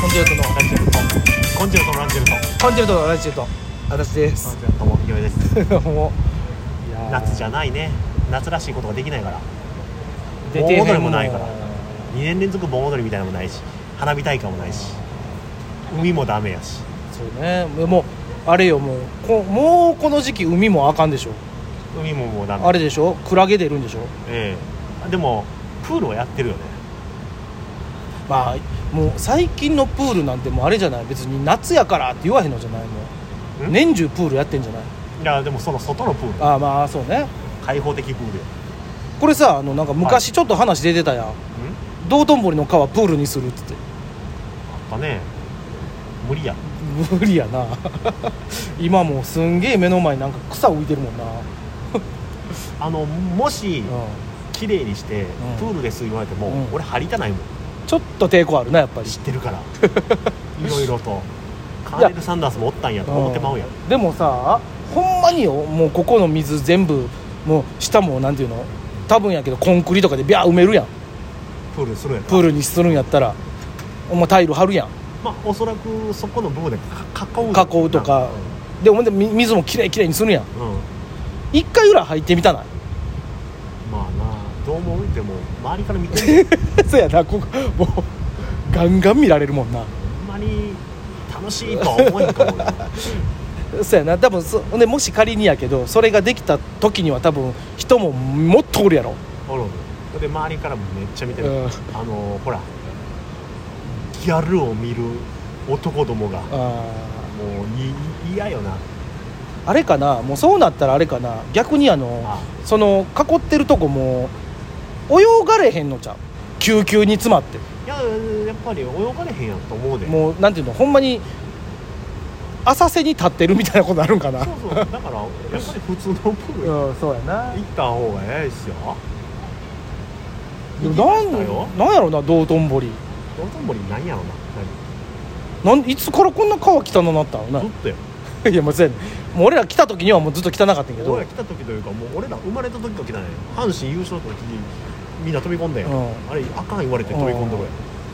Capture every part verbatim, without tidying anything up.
ンジェルトのランジェルトコンジェルトのランジェルトコンジェルトのランジェルト私ですどうも井上ですどうもいや夏じゃないね。夏らしいことができないから出てへん盆踊りもないからにねん連続盆踊りみたいなのもないし花火大会もないし海もダメやし。 そうね。もうあれよもうこもうこの時期海もあかんでしょ。 海ももうダメ。 あれでしょ、クラゲ出るんでしょ。 ええでもプールはやってるよね。 まあもう最近のプールなんてもうあれじゃない、別に夏やからって言わへんのじゃないの。 ん年中プールやってんじゃない。 いやでもその外のプール、 ああまあそうね。 開放的プールよ。 これさあのなんか昔ちょっと話出てたやん、 ん道頓堀の川プールにするって言って。 あったね。無理や。 無理やな今もうすんげえ目の前になんか草浮いてるもんなあのもしうん綺麗にしてプールです言われても、 うん俺入りたないもん。 ちょっと抵抗あるなやっぱり。 知ってるからいろいろとカーネル・サンダースもおったんやと思ってまうやん。 でもさほんまによ、もうここの水全部もう下もなんていうの多分やけどコンクリとかでビャー埋めるやん。 プールするやん。 プールにするんやったらお前タイル張るやん。 まあおそらくそこの部分で囲う囲うとかでほんで水もきれいきれいにするやん。 うん、うん、 一回ぐらい入ってみたない。 まあなどう思うても周りから見てるそうやな、ここもうガンガン見られるもんな。 ほんまに楽しいとは思えんかもなそうやな、多分そでもし仮にやけどそれができた時には多分人ももっとおるやろ。 おるおるで周りからもめっちゃ見てる、 うんあのほらギャルを見る男どもがもあう嫌よな。 あれかな、もうそうなったらあれかな、逆にあのあその囲ってるとこも泳がれへんのちゃう、救急に詰まって。 いややっぱり泳がれへんやんと思うで。 もうなんていうのほんまに浅瀬に立ってるみたいなことあるんかな。 そうそうだからやっぱり普通のプールうん、そうやな。 行った方がええっすよ。 でも行きましたよなんなんやろな道頓堀道頓堀なんやろな。 なんいつからこんな川汚なったのな何ずっとよ。 いやもうそうやねん、もう俺ら来た時にはもうずっと汚かったんやけど、 俺ら来た時というかもう俺ら生まれた時から来たね。阪神優勝の時にみんな飛び込んだよ、 うんあれあかん言われて飛び込んだこれ、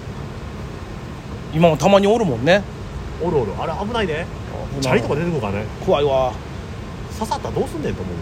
今もたまにおるもんね。 おるおるあれ危ないで。チャリとか出てくるからね。 怖いわ。 刺さったらどうすんねんと思う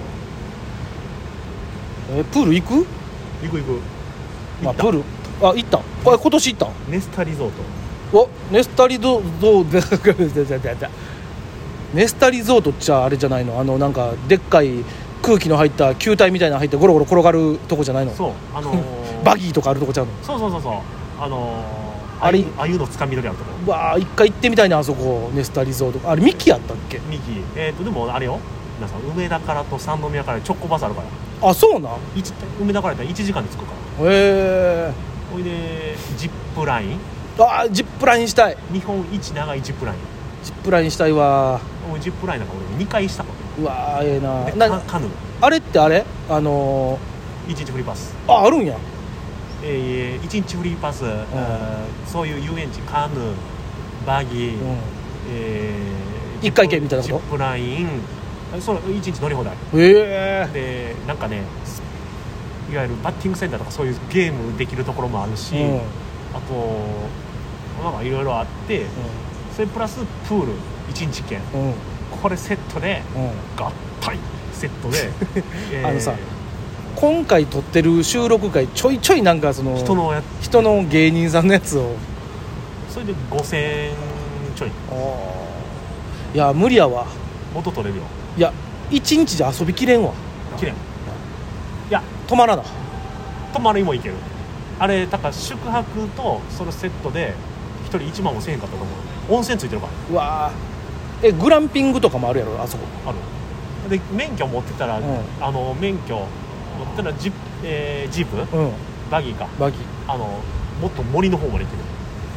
わ。 えプール行く？ 行く行く行った、 まあ、プールあ行ったんこれ今年行ったん。 ネスタリゾート。 おネスタリゾートネスタリゾートっちゃあれじゃないの、あのなんかでっかい空気の入った球体みたいなの入ってゴロゴロ転がるとこじゃないの。 そうあのー、 バギーとかあるとこちゃうの。 そうそうそうそうあのー、 あれああいうのつかみ取りあるとこ。 うわー一回行ってみたいなあそこネスタリゾート。あれミキやったっけ。 ミキえっ、ー、とでもあれよ皆さん梅田からと三宮から直行バスあるからあそうなん。 一梅田からやったらいちじかんで着くから。 へえほいでジップラインあジップラインしたい。 日本一長いジップライン。 ジップラインしたいわ。 もうジップラインなんか俺にかいしたこうわーええなとでなカカヌーあれってあれあのいちにちフリーパス、 ー、ああるんや。 えー、いちにちフリーパス、あーそういう遊園地カヌーバギー、 うんえー、 一回券みたいなことジップラインそういちにち乗り放題へえでなんかねいわゆるバッティングセンターとかそういうゲームできるところもあるし、 うんあとなんかいろいろあってそれプラスプールいちにち券うんうんこれセットでうん合体セットで、えーあのさ今回撮ってる収録回ちょいちょいなんかその人のや人の芸人さんのやつをそれでごせんえんちょいいや無理やわ。 元取れるよ。 いや一日じゃ遊びきれんわ。 きれいいや止まらな。 泊まりもいけるあれだから宿泊とそれセットでひとりいちまんもせえへんかったと思う。温泉ついてるからうわえグランピングとかもあるやろあそこ。 あるで免許持ってたら、 うんあの免許持ってたらジップ、えー、ジープうんバギーかバギーあのもっと森の方まで行ける。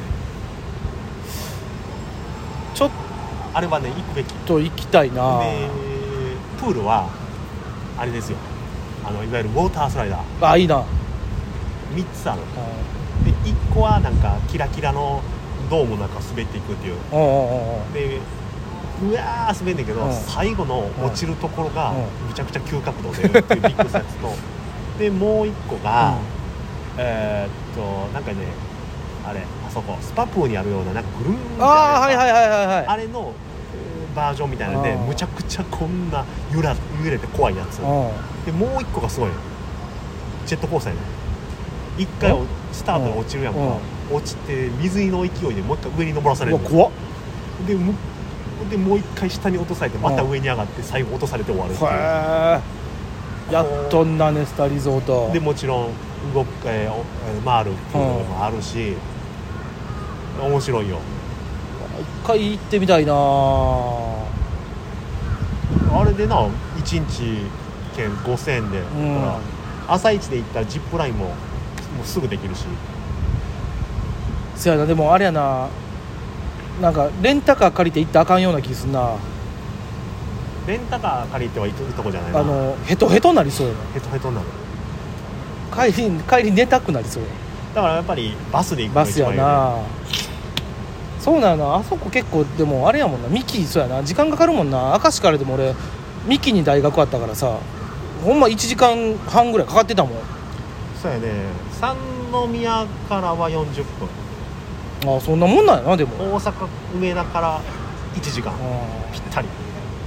ちょっあれはね行くべきと行きたいな。 でプールはあれですよあのいわゆるウォータースライダーあいいな。 みっつあるでいっこはなんかキラキラのドームの中滑っていくっていううんうんうんうんでうわー滑んねんけど、 うん最後の落ちるところがうんめちゃくちゃ急角度でっていうビッグサやつとでもういっこが、 うんえー、っとなんかねああれあそこスパプーにあるようななんかぐるーんってああはいいはいはいはいはいあれのバージョンみたいなんであーむちゃくちゃこんな揺ら揺れて怖いやつうでもう一個がすごいジェットコースターやね一回んスタートで落ちるやんかう落ちて水の勢いでもう一回上に登らされるんうわ怖っでもでもう一回下に落とされてまた上に上がって最後落とされて終わるっていうへえやっとんなネスタリゾートでもちろん動く、えーおえー回るっていうのもあるし、面白いよ一回行ってみたいなあれでないちにち券ごせんえんで、 うんだから朝一で行ったらジップラインももうすぐできるしせやなでもあれやななんかレンタカー借りて行ったらあかんような気すんなレンタカー借りては行くとこじゃないなあのヘトヘトなりそうやなヘトヘトになる帰り帰り寝たくなりそうやだからやっぱりバスで行くのバスやが一番いいよねなそうなんやなあそこ結構でもあれやもんなミキそうやな時間かかるもんな明石からでも俺ミキに大学あったからさほんまいちじかんはんぐらいかかってたもんそうやね三宮からはよんじゅっぷんあそんなもんなんやなでも大阪梅田からいちじかんぴったり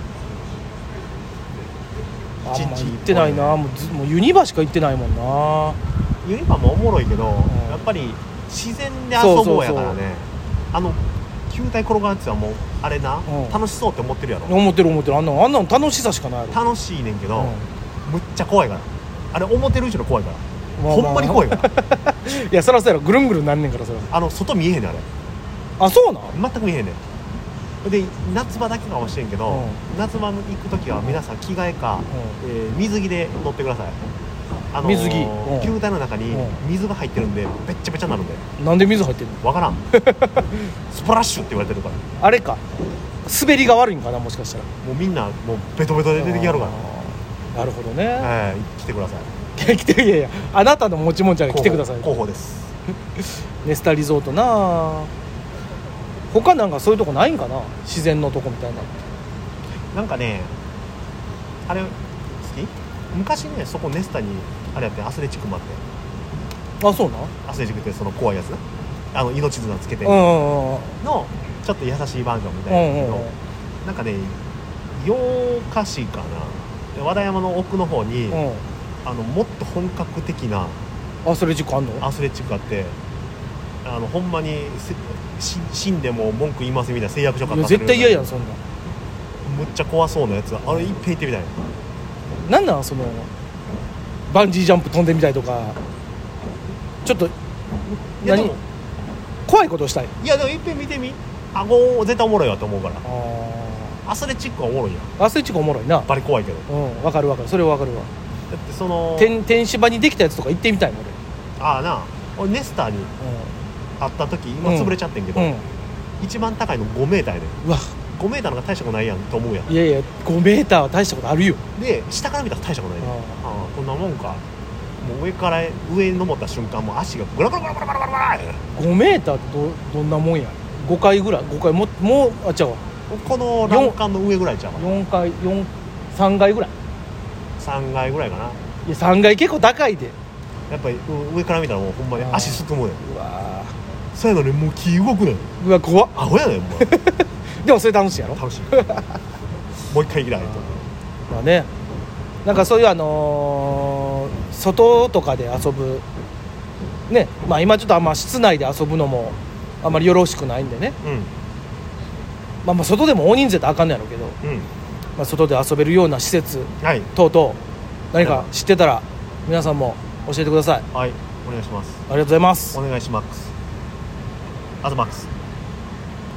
あんま行ってないなもうずもうユニバしか行ってないもんなユニバもおもろいけど、 んやっぱり自然で遊ぼうやからねそうそうそうあの球体転がるやつはもうあれな、 うん楽しそうって思ってるやろ思ってる思ってるあんなんあんなん楽しさしかないやろ楽しいねんけど、 うんむっちゃ怖いからあれ思ってる以上に怖いから、 まあまあほんまに怖いからいやそらそうやろぐるんぐるんなんねんからそらあの外見えへんねんあれあそうなん全く見えへんねんで夏場だけかもしれんけど、 うん夏場に行く時は皆さん着替えか、 うえー水着で乗ってくださいあのー水着うん球体の中にうん水が入ってるんでべっちゃべちゃになるんでなんで水入ってんのわからんスプラッシュって言われてるからあれか滑りが悪いんかなもしかしたらもうみんなもうベトベトで出てきやるからあーなるほどねはい来てください来ていやいやあなたの持ち物じゃない来てください候補ですネスタリゾートな他なんかそういうとこないんかな自然のとこみたいななんかねあれ好き昔ねそこネスタにあれやってアスレチックもあってあそうなんアスレチックってその怖いやつあの命綱つけてうんうんうんのちょっと優しいバージョンみたいなんだけど、 うんうんうんなんかね八日市かなで和田山の奥の方に、 うあのもっと本格的なんアスレチックあんのアスレチックあってあのほんまにせし死んでも文句言いませんみたいな誓約書書かいやせる絶対嫌やんそんなんむっちゃ怖そうなやつあれいっぺん行ってみたいなんなんそのバンジージャンプ飛んでみたいとかちょっと何いやでも怖いことしたいいやでもいっぺん見てみあご絶対おもろいわと思うからあアスレチックはおもろいやんーアスレチックおもろいなバリ怖いけどうんわかるわかるそれはわかるわだってその天天芝にできたやつとか行ってみたいもんああな俺ネスターに会った時今潰れちゃってんけど、 俺うん、 一番高いのごメーターやねうん、うわごメーターなんか大したことないやんと思うやんいやいやごメーターは大したことあるよで下から見たら大したことないねあああこんなもんかもう上から上に登った瞬間もう足がグラグラグラグラグラグラグラやねごメーターってどどんなもんやごかいぐらいごかいももうあ違うわこの欄干の上ぐらいちゃうかよんかいよんさんがいぐらいさんがいぐらいかないやさんがい結構高いでやっぱりうん上から見たらもうほんまに足すくむねんうわそうやのにもう気動くねんーうわ怖っアホやねんもうでもそれ楽しいやろ楽しいもう一回行きたいとまあねなんかそういうあのー外とかで遊ぶねまあ今ちょっとあんま室内で遊ぶのもあんまりよろしくないんでねうんまあまあ外でも大人数であかんのやろうけど、 うんまあ、外で遊べるような施設はい等々何か知ってたら皆さんも教えてください。 はいお願いしますありがとうございます。 お願いしますアズマックス